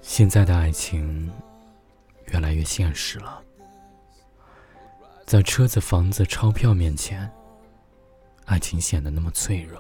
现在的爱情越来越现实了，在车子、房子、钞票面前，爱情显得那么脆弱。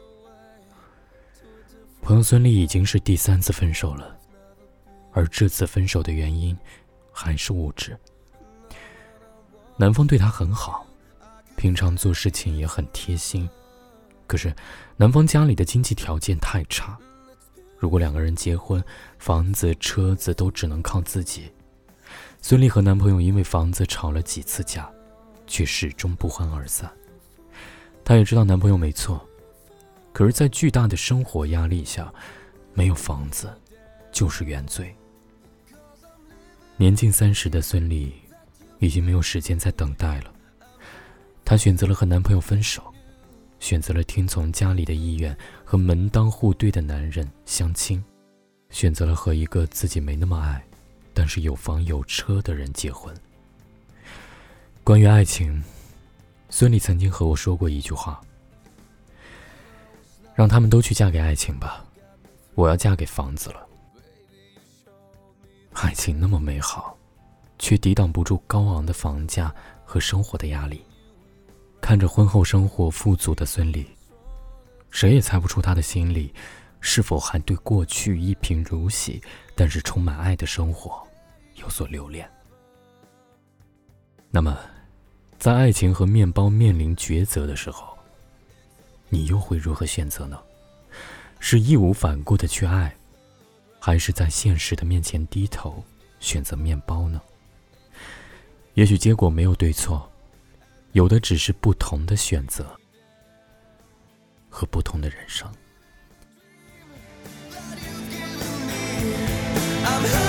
朋友孙俪已经是第3次分手了，而这次分手的原因还是物质。男方对她很好，平常做事情也很贴心，可是男方家里的经济条件太差，如果2个人结婚，房子、车子都只能靠自己。孙俪和男朋友因为房子吵了几次架，却始终不欢而散。她也知道男朋友没错，可是在巨大的生活压力下，没有房子就是原罪。年近30的孙俪已经没有时间再等待了，她选择了和男朋友分手，选择了听从家里的意愿和门当户对的男人相亲，选择了和一个自己没那么爱但是有房有车的人结婚。关于爱情，孙俪曾经和我说过一句话：让他们都去嫁给爱情吧，我要嫁给房子了。爱情那么美好，却抵挡不住高昂的房价和生活的压力。看着婚后生活富足的孙俪，谁也猜不出她的心里是否还对过去一贫如洗但是充满爱的生活有所留恋。那么在爱情和面包面临抉择的时候，你又会如何选择呢？是义无反顾地去爱，还是在现实的面前低头选择面包呢？也许结果没有对错，有的只是不同的选择和不同的人生。 I'm